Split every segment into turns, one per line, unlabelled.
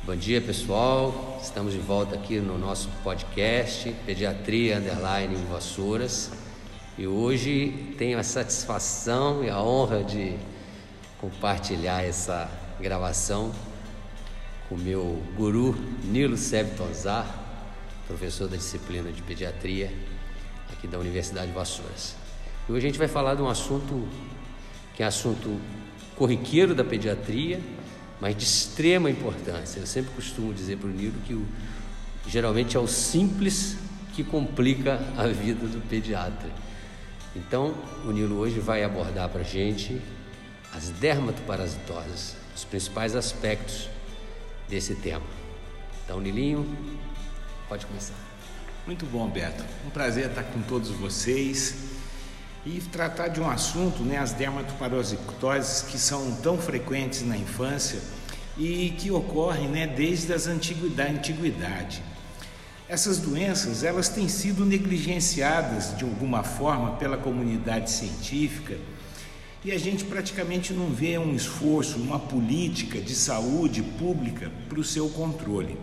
Bom dia, pessoal. Estamos de volta aqui no nosso podcast Pediatria _ Vassouras. E hoje tenho a satisfação e a honra de compartilhar essa gravação com o meu guru Nilo Sebtonzar, professor da disciplina de Pediatria aqui da Universidade de Vassouras. E hoje a gente vai falar de um assunto que é assunto corriqueiro da pediatria, mas de extrema importância. Eu sempre costumo dizer para o Nilo que geralmente é o simples que complica a vida do pediatra. Então, o Nilo hoje vai abordar para a gente as dermatoparasitoses, os principais aspectos desse tema. Então, Nilinho, pode começar.
Muito bom, Beto. Um prazer estar com todos vocês e tratar de um assunto, as dermatoparasitoses, que são tão frequentes na infância e que ocorrem, desde a antiguidade. Essas doenças, elas têm sido negligenciadas de alguma forma pela comunidade científica e a gente praticamente não vê um esforço, uma política de saúde pública para o seu controle.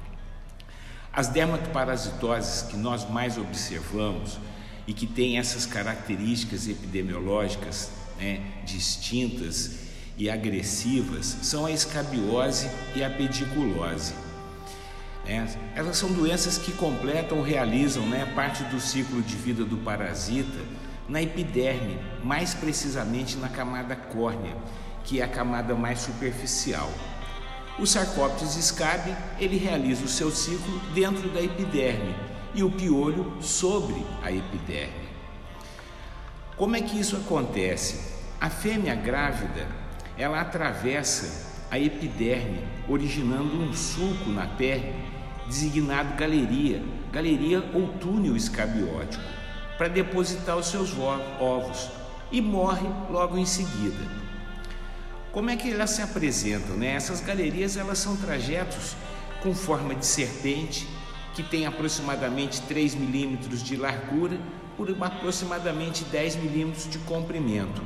As dermatoparasitoses que nós mais observamos e que têm essas características epidemiológicas distintas e agressivas são a escabiose e a pediculose. Elas são doenças que completam ou realizam parte do ciclo de vida do parasita na epiderme, mais precisamente na camada córnea, que é a camada mais superficial. O Sarcoptes scabi, ele realiza o seu ciclo dentro da epiderme e o piolho sobre a epiderme. Como é que isso acontece? A fêmea grávida, ela atravessa a epiderme, originando um sulco na pele, designado galeria ou túnel escabiótico, para depositar os seus ovos e morre logo em seguida. Como é que elas se apresentam? Essas galerias, elas são trajetos com forma de serpente, que tem aproximadamente 3 milímetros de largura por aproximadamente 10 milímetros de comprimento.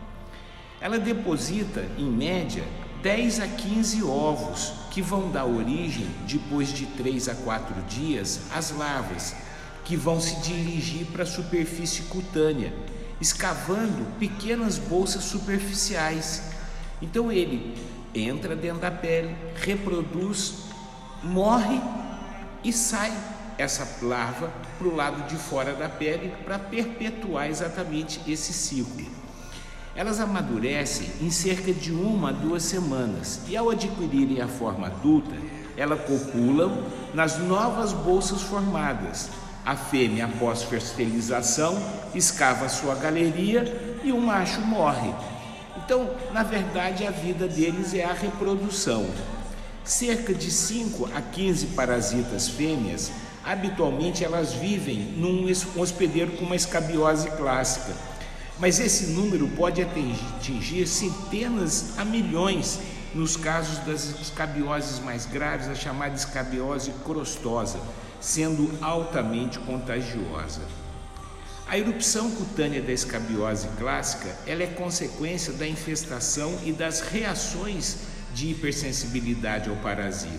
Ela deposita, em média, 10 a 15 ovos, que vão dar origem, depois de 3 a 4 dias, às larvas, que vão se dirigir para a superfície cutânea, escavando pequenas bolsas superficiais. Então ele entra dentro da pele, reproduz, morre e sai essa larva para o lado de fora da pele para perpetuar exatamente esse ciclo. Elas amadurecem em cerca de 1 a 2 semanas e, ao adquirirem a forma adulta, elas copulam nas novas bolsas formadas. A fêmea, após fertilização, escava sua galeria e o macho morre. Então, na verdade, a vida deles é a reprodução. Cerca de 5 a 15 parasitas fêmeas, habitualmente elas vivem num hospedeiro com uma escabiose clássica. Mas esse número pode atingir centenas a milhões nos casos das escabioses mais graves, a chamada escabiose crostosa, sendo altamente contagiosa. A erupção cutânea da escabiose clássica, ela é consequência da infestação e das reações de hipersensibilidade ao parasita.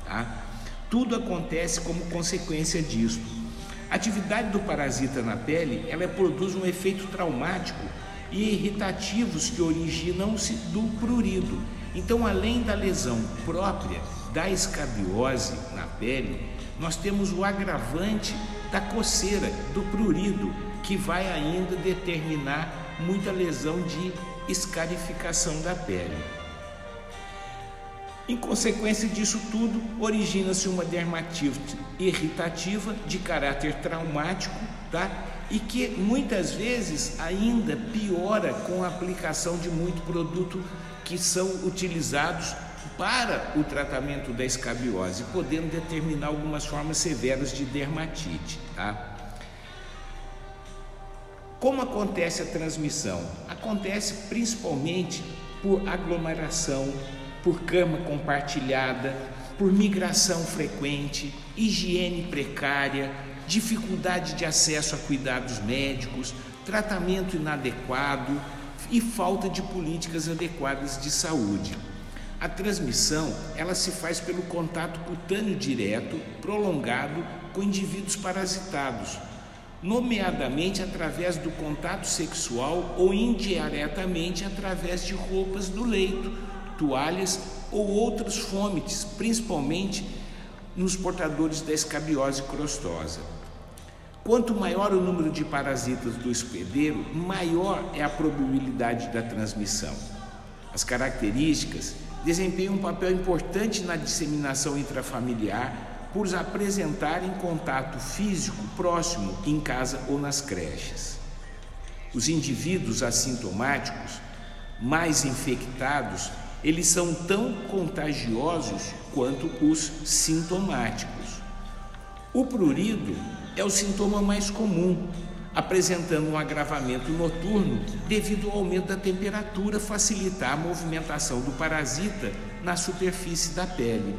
Tudo acontece como consequência disso. A atividade do parasita na pele, ela produz um efeito traumático e irritativos que originam-se do prurido. Então, além da lesão própria da escabiose na pele, nós temos o agravante da coceira, do prurido, que vai ainda determinar muita lesão de escarificação da pele. Em consequência disso tudo, origina-se uma dermatite irritativa de caráter traumático, e que muitas vezes ainda piora com a aplicação de muito produto que são utilizados para o tratamento da escabiose, podendo determinar algumas formas severas de dermatite. Como acontece a transmissão? Acontece principalmente por aglomeração, por cama compartilhada, por migração frequente, higiene precária, dificuldade de acesso a cuidados médicos, tratamento inadequado e falta de políticas adequadas de saúde. A transmissão, ela se faz pelo contato cutâneo direto, prolongado, com indivíduos parasitados, nomeadamente através do contato sexual ou indiretamente através de roupas do leito, toalhas ou outros fômites, principalmente nos portadores da escabiose crostosa. Quanto maior o número de parasitas do hospedeiro, maior é a probabilidade da transmissão. As características desempenham um papel importante na disseminação intrafamiliar por apresentarem contato físico próximo em casa ou nas creches. Os indivíduos assintomáticos, mais infectados, eles são tão contagiosos quanto os sintomáticos. O prurido é o sintoma mais comum, apresentando um agravamento noturno devido ao aumento da temperatura facilitar a movimentação do parasita na superfície da pele.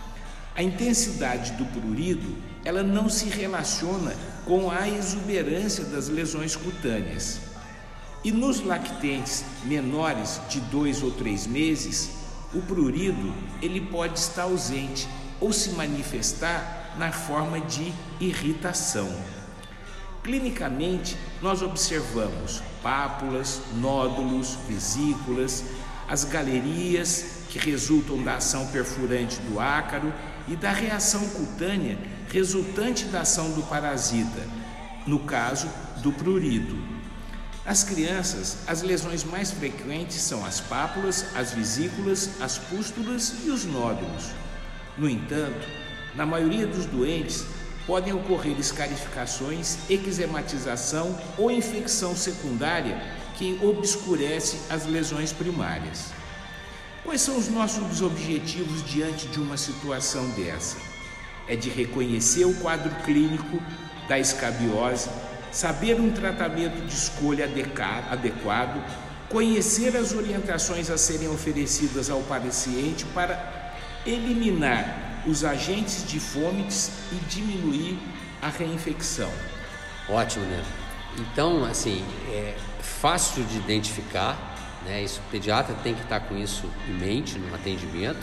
A intensidade do prurido, ela não se relaciona com a exuberância das lesões cutâneas. E nos lactentes menores de 2 ou 3 meses, o prurido ele pode estar ausente ou se manifestar na forma de irritação. Clinicamente, nós observamos pápulas, nódulos, vesículas, as galerias que resultam da ação perfurante do ácaro e da reação cutânea resultante da ação do parasita, no caso do prurido. Nas crianças, as lesões mais frequentes são as pápulas, as vesículas, as pústulas e os nódulos. No entanto, na maioria dos doentes, podem ocorrer escarificações, eczematização ou infecção secundária que obscurece as lesões primárias. Quais são os nossos objetivos diante de uma situação dessa? É de reconhecer o quadro clínico da escabiose, saber um tratamento de escolha adequado, conhecer as orientações a serem oferecidas ao paciente para eliminar os agentes de fômites e diminuir a reinfecção.
Ótimo, né? Então, assim, é fácil de identificar, né? Isso, o pediatra tem que estar com isso em mente no atendimento.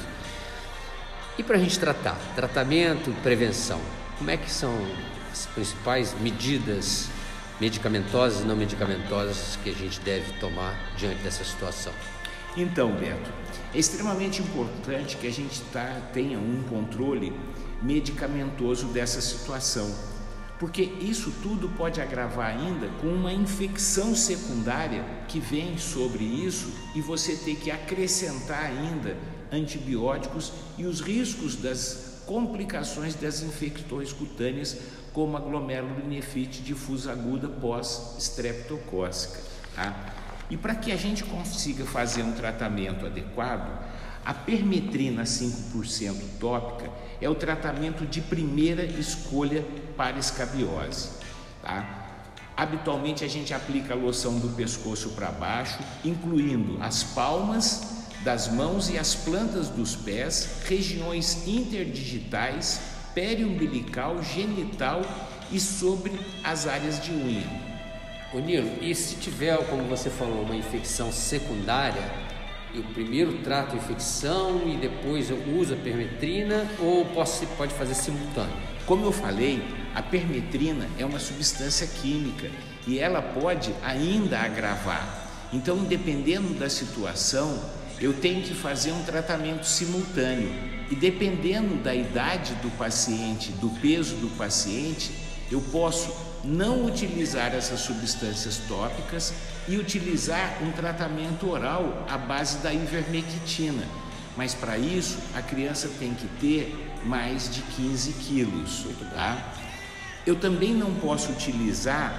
E para a gente tratamento e prevenção, como é que são as principais medidas medicamentosas e não medicamentosas que a gente deve tomar diante dessa situação?
Então, Beto, é extremamente importante que a gente tenha um controle medicamentoso dessa situação, porque isso tudo pode agravar ainda com uma infecção secundária que vem sobre isso e você ter que acrescentar ainda antibióticos e os riscos das complicações das infecções cutâneas, como a glomerulonefrite difusa aguda pós-estreptocócica, tá? E para que a gente consiga fazer um tratamento adequado, a permetrina 5% tópica é o tratamento de primeira escolha para escabiose, tá? Habitualmente a gente aplica a loção do pescoço para baixo, incluindo as palmas das mãos e as plantas dos pés, regiões interdigitais, periumbilical, genital e sobre as áreas de unha.
Ô Nilo, e se tiver, como você falou, uma infecção secundária, eu primeiro trato a infecção e depois eu uso a permetrina ou pode fazer simultâneo?
Como eu falei, a permetrina é uma substância química e ela pode ainda agravar. Então, dependendo da situação, eu tenho que fazer um tratamento simultâneo e dependendo da idade do paciente, do peso do paciente, eu posso não utilizar essas substâncias tópicas e utilizar um tratamento oral à base da ivermectina. Mas para isso, a criança tem que ter mais de 15 quilos, tá? Eu também não posso utilizar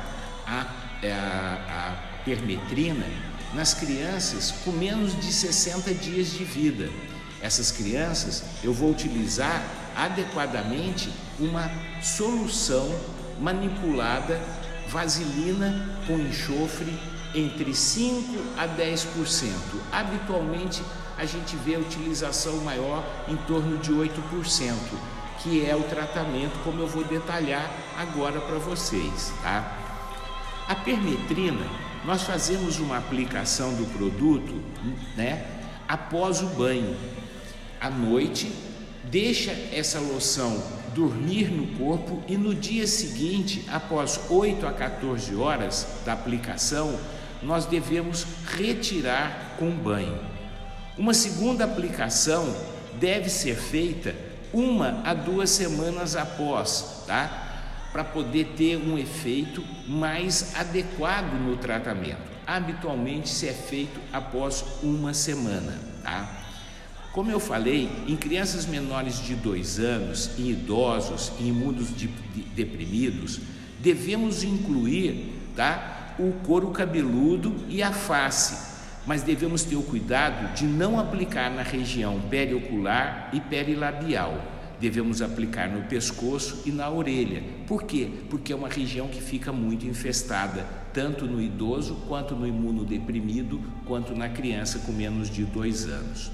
a permetrina nas crianças com menos de 60 dias de vida. Essas crianças, eu vou utilizar adequadamente uma solução manipulada, vaselina com enxofre entre 5 a 10%. Habitualmente, a gente vê a utilização maior em torno de 8%, que é o tratamento como eu vou detalhar agora para vocês, tá? A permetrina, nós fazemos uma aplicação do produto, né, após o banho. À noite, deixa essa loção dormir no corpo e no dia seguinte, após 8 a 14 horas da aplicação, nós devemos retirar com banho. Uma segunda aplicação deve ser feita 1 a 2 semanas após, tá? Para poder ter um efeito mais adequado no tratamento. Habitualmente se é feito após 1 semana, tá? Como eu falei, em crianças menores de 2 anos, em idosos, em imunodeprimidos, devemos incluir, tá, o couro cabeludo e a face, mas devemos ter o cuidado de não aplicar na região periocular e perilabial. Devemos aplicar no pescoço e na orelha. Por quê? Porque é uma região que fica muito infestada, tanto no idoso, quanto no imunodeprimido, quanto na criança com menos de 2 anos.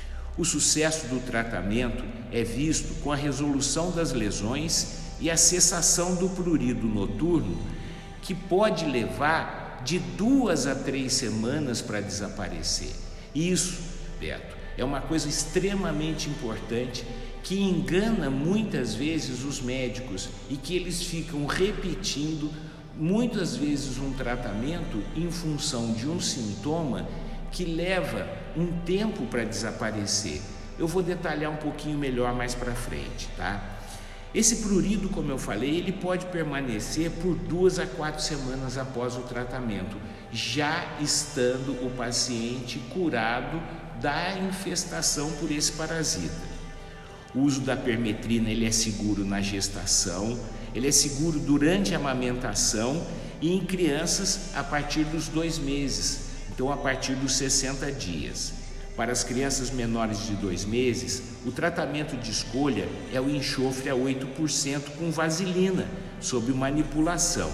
O sucesso do tratamento é visto com a resolução das lesões e a cessação do prurido noturno, que pode levar de 2 a 3 semanas para desaparecer. Isso, Beto, é uma coisa extremamente importante que engana muitas vezes os médicos e que eles ficam repetindo muitas vezes um tratamento em função de um sintoma que leva um tempo para desaparecer. Eu vou detalhar um pouquinho melhor mais para frente, tá? Esse prurido, como eu falei, ele pode permanecer por 2 a 4 semanas após o tratamento, já estando o paciente curado da infestação por esse parasita. O uso da permetrina, ele é seguro na gestação, ele é seguro durante a amamentação e em crianças a partir dos 2 meses, então a partir dos 60 dias. Para as crianças menores de 2 meses, o tratamento de escolha é o enxofre a 8% com vaselina, sob manipulação.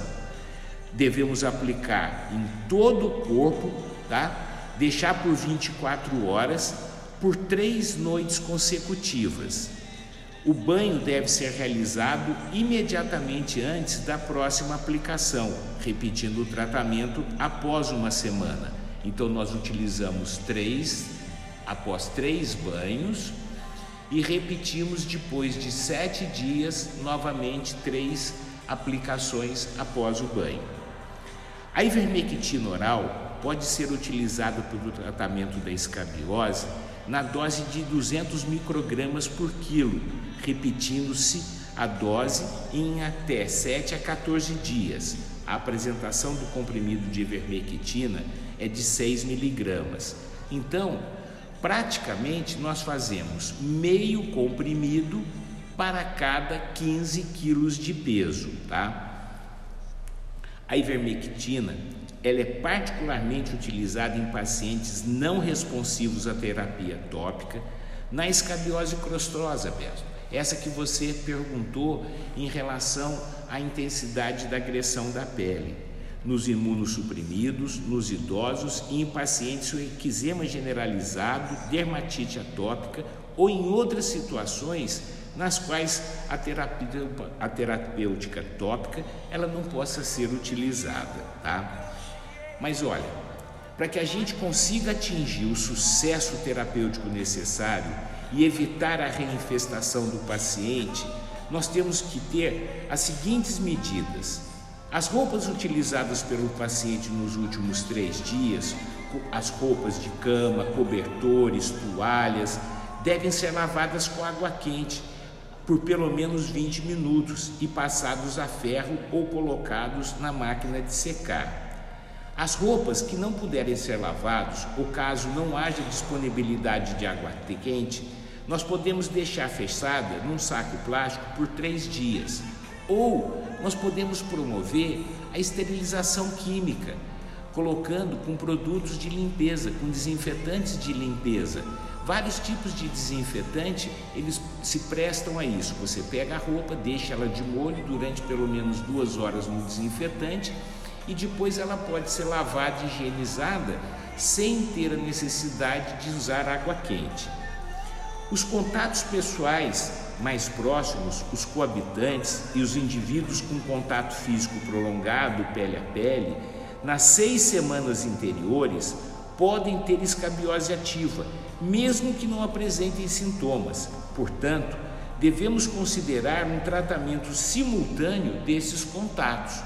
Devemos aplicar em todo o corpo, tá? Deixar por 24 horas, por 3 noites consecutivas. O banho deve ser realizado imediatamente antes da próxima aplicação, repetindo o tratamento após 1 semana. Então nós utilizamos 3 após 3 banhos e repetimos depois de 7 dias novamente 3 aplicações após o banho. A ivermectina oral pode ser utilizada para o tratamento da escabiose na dose de 200 microgramas por quilo, repetindo-se a dose em até 7 a 14 dias. A apresentação do comprimido de ivermectina é de 6 miligramas. Então, praticamente nós fazemos meio comprimido para cada 15 quilos de peso, tá? A ivermectina, ela é particularmente utilizada em pacientes não responsivos à terapia tópica, na escabiose crostrosa, Beto. Essa que você perguntou em relação à intensidade da agressão da pele, nos imunossuprimidos, nos idosos e em pacientes com eczema generalizado, dermatite atópica ou em outras situações nas quais a terapêutica tópica ela não possa ser utilizada, tá? Mas olha, para que a gente consiga atingir o sucesso terapêutico necessário e evitar a reinfestação do paciente, nós temos que ter as seguintes medidas. As roupas utilizadas pelo paciente nos últimos 3 dias, as roupas de cama, cobertores, toalhas, devem ser lavadas com água quente por pelo menos 20 minutos e passados a ferro ou colocados na máquina de secar. As roupas que não puderem ser lavadas, ou caso não haja disponibilidade de água quente, nós podemos deixar fechada num saco plástico por 3 dias. Ou nós podemos promover a esterilização química, colocando com produtos de limpeza, com desinfetantes de limpeza. Vários tipos de desinfetante, eles se prestam a isso. Você pega a roupa, deixa ela de molho durante pelo menos 2 horas no desinfetante e depois ela pode ser lavada e higienizada sem ter a necessidade de usar água quente. Os contatos pessoais mais próximos, os coabitantes e os indivíduos com contato físico prolongado, pele a pele, nas 6 semanas anteriores, podem ter escabiose ativa, mesmo que não apresentem sintomas. Portanto, devemos considerar um tratamento simultâneo desses contatos.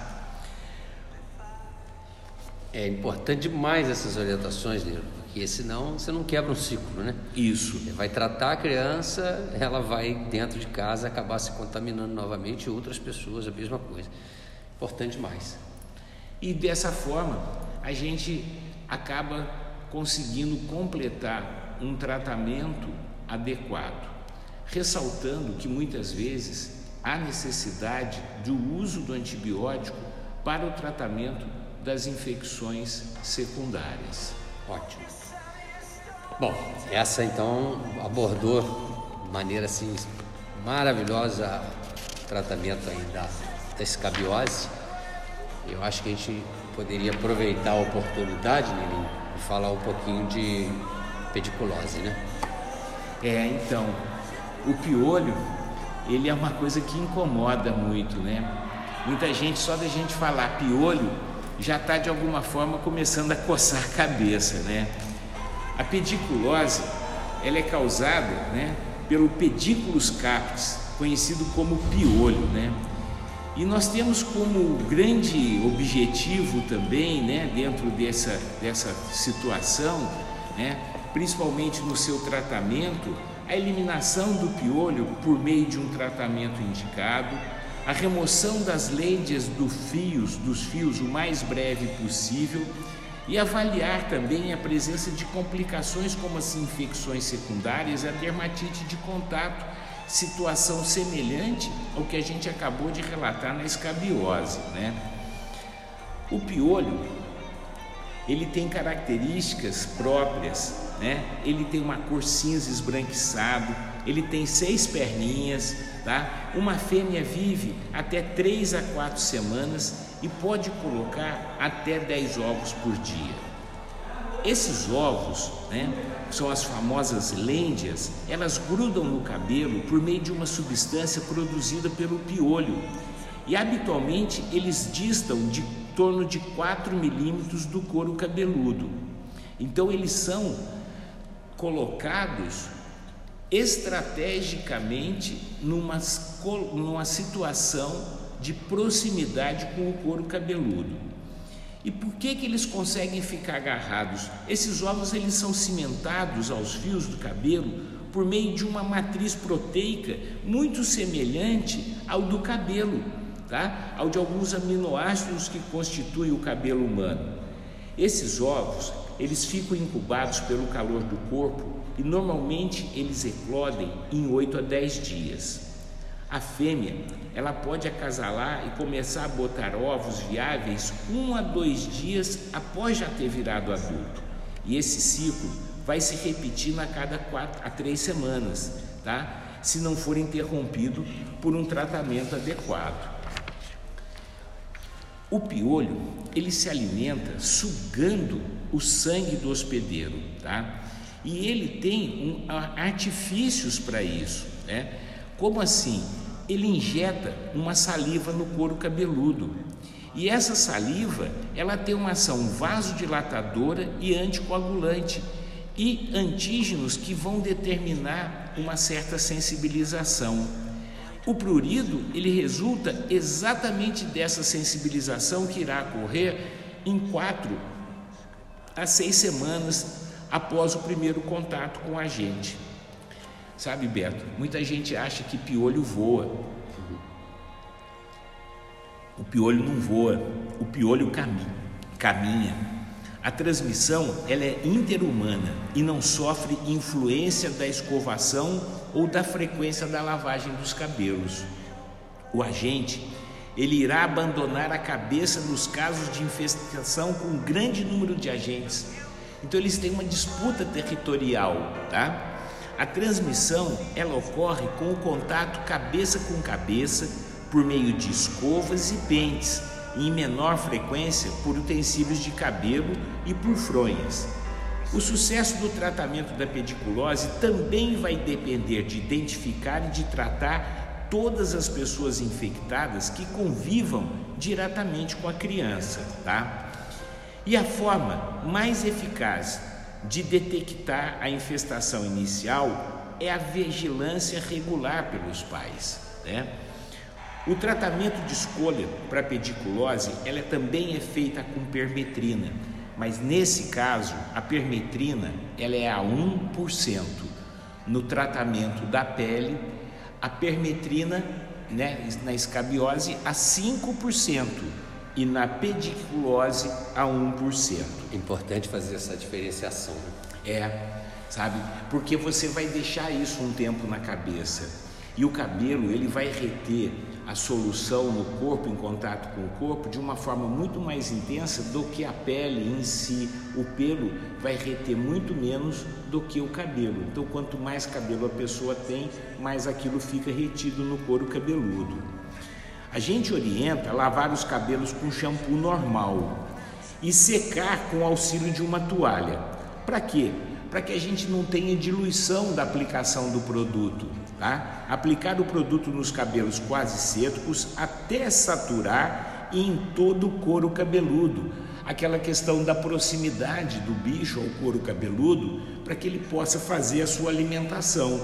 É importante demais essas orientações, Nilo, porque senão você não quebra um ciclo, né?
Isso.
Você vai tratar a criança, ela vai dentro de casa acabar se contaminando novamente e outras pessoas, a mesma coisa. Importante demais.
E dessa forma, a gente acaba conseguindo completar um tratamento adequado, ressaltando que muitas vezes há necessidade do uso do antibiótico para o tratamento das infecções secundárias.
Ótimo. Bom, essa então abordou de maneira assim maravilhosa o tratamento aí da escabiose. Eu acho que a gente poderia aproveitar a oportunidade, Nilinho, e falar um pouquinho de pediculose, né?
Então, o piolho, ele é uma coisa que incomoda muito, né? Muita gente, só da gente falar piolho, já está de alguma forma começando a coçar a cabeça, né? A pediculose, ela é causada, né, pelo Pediculus capitis, conhecido como piolho, né? E nós temos como grande objetivo também, né, dentro dessa situação, né, principalmente no seu tratamento, a eliminação do piolho por meio de um tratamento indicado, a remoção das leides dos fios o mais breve possível e avaliar também a presença de complicações como as infecções secundárias e a dermatite de contato, situação semelhante ao que a gente acabou de relatar na escabiose, né? O piolho, ele tem características próprias, né? Ele tem uma cor cinza esbranquiçado, ele tem 6 perninhas, tá? Uma fêmea vive até 3 a 4 semanas e pode colocar até 10 ovos por dia. Esses ovos, né, são as famosas lêndias, elas grudam no cabelo por meio de uma substância produzida pelo piolho e habitualmente eles distam de torno de 4 milímetros do couro cabeludo. Então eles são colocados estrategicamente numa situação de proximidade com o couro cabeludo. E por que eles conseguem ficar agarrados? Esses ovos eles são cimentados aos fios do cabelo por meio de uma matriz proteica muito semelhante ao do cabelo, tá? Ao de alguns aminoácidos que constituem o cabelo humano. Esses ovos, eles ficam incubados pelo calor do corpo e normalmente eles eclodem em 8 a 10 dias. A fêmea, ela pode acasalar e começar a botar ovos viáveis 1 a 2 dias após já ter virado adulto. E esse ciclo vai se repetindo a cada 4 a 3 semanas, tá? Se não for interrompido por um tratamento adequado. O piolho, ele se alimenta sugando o sangue do hospedeiro, tá? E ele tem artifícios para isso, né? Como assim? Ele injeta uma saliva no couro cabeludo. E essa saliva, ela tem uma ação vasodilatadora e anticoagulante e antígenos que vão determinar uma certa sensibilização. O prurido, ele resulta exatamente dessa sensibilização que irá ocorrer em 4 a 6 semanas após o primeiro contato com o agente. Sabe, Beto, muita gente acha que piolho voa. O piolho não voa, o piolho caminha. A transmissão, ela é interhumana e não sofre influência da escovação ou da frequência da lavagem dos cabelos. O agente, ele irá abandonar a cabeça nos casos de infestação com um grande número de agentes. Então eles têm uma disputa territorial, tá? A transmissão, ela ocorre com o contato cabeça com cabeça por meio de escovas e pentes, e em menor frequência por utensílios de cabelo e por fronhas. O sucesso do tratamento da pediculose também vai depender de identificar e de tratar todas as pessoas infectadas que convivam diretamente com a criança, tá? E a forma mais eficaz de detectar a infestação inicial é a vigilância regular pelos pais, né? O tratamento de escolha para pediculose, ela também é feita com permetrina, mas nesse caso a permetrina ela é a 1%. No tratamento da pele, a permetrina, né, na escabiose a 5% e na pediculose a 1%.
Importante fazer essa diferenciação, né?
Sabe? Porque você vai deixar isso um tempo na cabeça e o cabelo ele vai reter a solução no corpo, em contato com o corpo, de uma forma muito mais intensa do que a pele em si. O pelo vai reter muito menos do que o cabelo. Então, quanto mais cabelo a pessoa tem, mais aquilo fica retido no couro cabeludo. A gente orienta a lavar os cabelos com shampoo normal e secar com auxílio de uma toalha. Para quê? Para que a gente não tenha diluição da aplicação do produto, tá? Aplicar o produto nos cabelos quase secos até saturar e em todo o couro cabeludo. Aquela questão da proximidade do bicho ao couro cabeludo para que ele possa fazer a sua alimentação.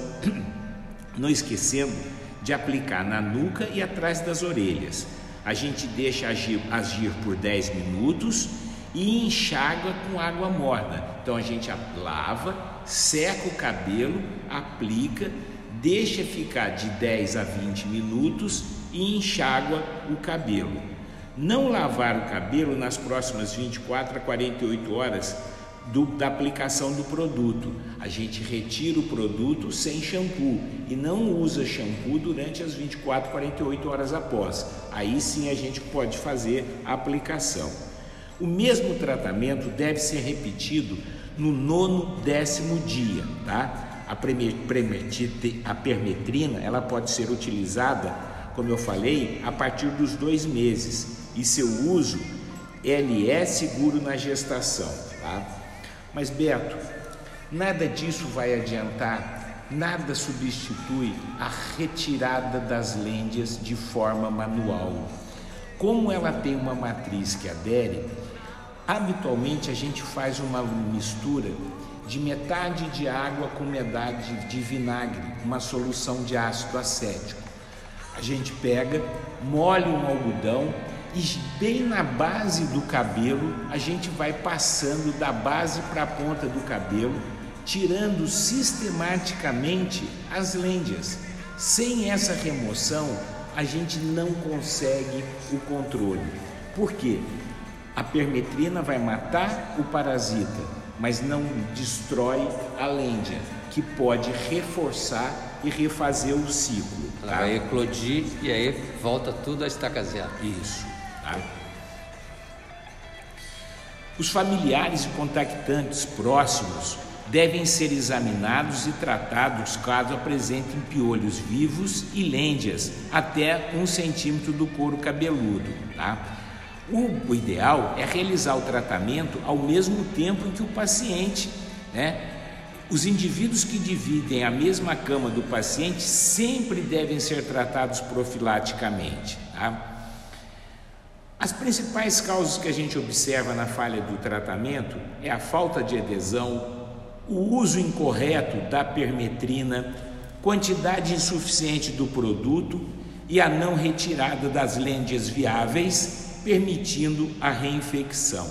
Não esquecendo de aplicar na nuca e atrás das orelhas. A gente deixa agir por 10 minutos e enxágua com água morna. Então a gente lava, seca o cabelo, aplica, deixa ficar de 10 a 20 minutos e enxágua o cabelo. Não lavar o cabelo nas próximas 24 a 48 horas da aplicação do produto. A gente retira o produto sem shampoo e não usa shampoo durante as 24 a 48 horas após. Aí sim a gente pode fazer a aplicação. O mesmo tratamento deve ser repetido no 9º, 10º dia, tá? A permetrina, ela pode ser utilizada, como eu falei, a partir dos 2 meses e seu uso, ele é seguro na gestação, tá? Mas Beto, nada disso vai adiantar, nada substitui a retirada das lêndias de forma manual. Como ela tem uma matriz que adere, habitualmente a gente faz uma mistura de metade de água com metade de vinagre, uma solução de ácido acético. A gente pega, molha um algodão e bem na base do cabelo a gente vai passando da base para a ponta do cabelo, tirando sistematicamente as lêndias. Sem essa remoção a gente não consegue o controle. Por quê? A permetrina vai matar o parasita, mas não destrói a lêndia, que pode reforçar e refazer o ciclo.
Ela vai eclodir e aí volta tudo a estaca zero.
Isso. Tá? Os familiares e contactantes próximos devem ser examinados e tratados caso apresentem piolhos vivos e lêndias até 1 centímetro do couro cabeludo, tá? O ideal é realizar o tratamento ao mesmo tempo em que o paciente, né? Os indivíduos que dividem a mesma cama do paciente sempre devem ser tratados profilaticamente, tá? As principais causas que a gente observa na falha do tratamento é a falta de adesão, o uso incorreto da permetrina, quantidade insuficiente do produto e a não retirada das lêndias viáveis, permitindo a reinfecção.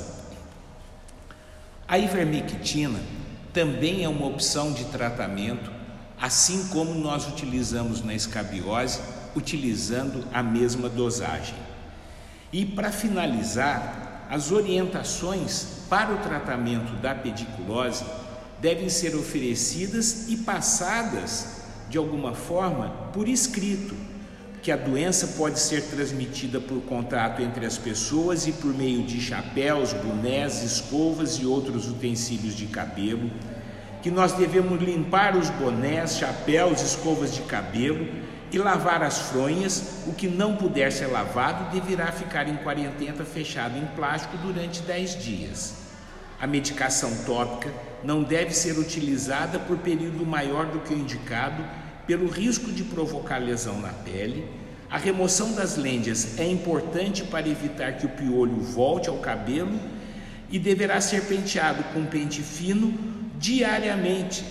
A ivermectina também é uma opção de tratamento, assim como nós utilizamos na escabiose, utilizando a mesma dosagem. E para finalizar, as orientações para o tratamento da pediculose devem ser oferecidas e passadas de alguma forma por escrito, que a doença pode ser transmitida por contato entre as pessoas e por meio de chapéus, bonés, escovas e outros utensílios de cabelo, que nós devemos limpar os bonés, chapéus, escovas de cabelo e lavar as fronhas. O que não puder ser lavado deverá ficar em quarentena fechado em plástico durante 10 dias. A medicação tópica não deve ser utilizada por período maior do que o indicado, pelo risco de provocar lesão na pele. A remoção das lêndias é importante para evitar que o piolho volte ao cabelo e deverá ser penteado com pente fino diariamente,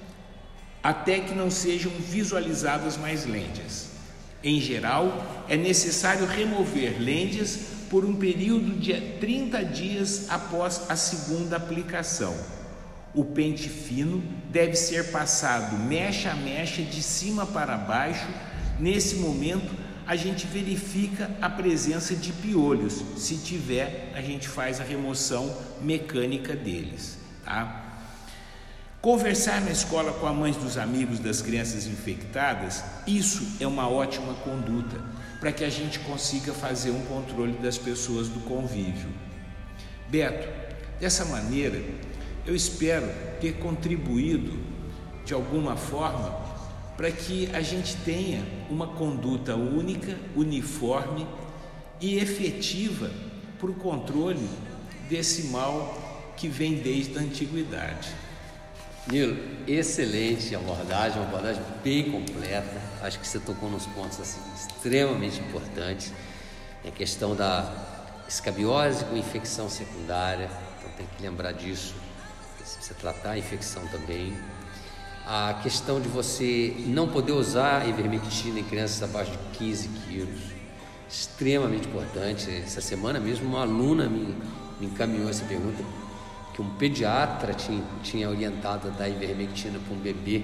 até que não sejam visualizadas mais lêndias. Em geral, é necessário remover lêndias por um período de 30 dias após a segunda aplicação. O pente fino deve ser passado mecha a mecha de cima para baixo. Nesse momento, a gente verifica a presença de piolhos. Se tiver, a gente faz a remoção mecânica deles, tá? Conversar na escola com as mães dos amigos das crianças infectadas, isso é uma ótima conduta para que a gente consiga fazer um controle das pessoas do convívio. Beto, dessa maneira, eu espero ter contribuído de alguma forma para que a gente tenha uma conduta única, uniforme e efetiva para o controle desse mal que vem desde a antiguidade.
Nilo, excelente abordagem, uma abordagem bem completa. Acho que você tocou nos pontos assim, extremamente importantes. A questão da escabiose com infecção secundária, então tem que lembrar disso. Você precisa tratar a infecção também. A questão de você não poder usar ivermectina em crianças abaixo de 15 quilos, extremamente importante. Essa semana mesmo uma aluna me encaminhou essa pergunta, que um pediatra tinha orientado a dar ivermectina para um bebê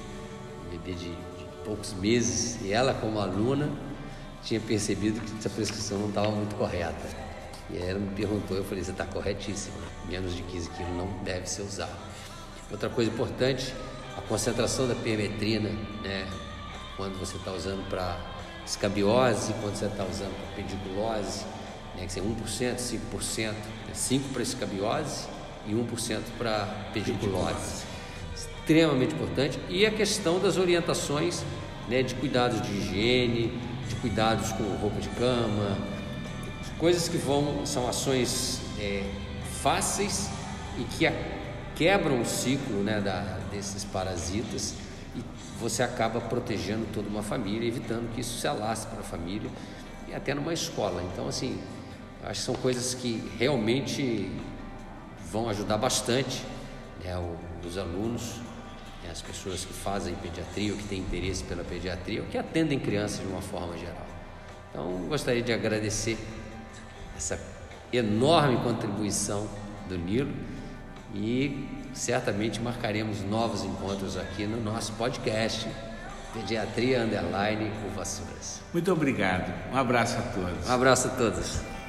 de poucos meses, e ela, como aluna, tinha percebido que essa prescrição não estava muito correta. E aí ela me perguntou, eu falei, você está corretíssima, menos de 15 quilos não deve ser usado. Outra coisa importante, a concentração da permetrina, né, quando você está usando para escabiose, quando você está usando para pediculose, né, que é 1%, 5%, 5% para escabiose e 1% para pediculose. Extremamente importante. E a questão das orientações, né, de cuidados de higiene, de cuidados com roupa de cama, coisas que são ações fáceis e que quebram o ciclo, né, desses parasitas, e você acaba protegendo toda uma família, evitando que isso se alastre para a família e até numa escola. Então, assim, acho que são coisas que realmente vão ajudar bastante, né, os alunos, né, as pessoas que fazem pediatria ou que têm interesse pela pediatria ou que atendem crianças de uma forma geral. Então, gostaria de agradecer essa enorme contribuição do Nilo e certamente marcaremos novos encontros aqui no nosso podcast Pediatria _ Uva Açuras.
Muito obrigado. Um abraço a todos.
Um abraço a todos.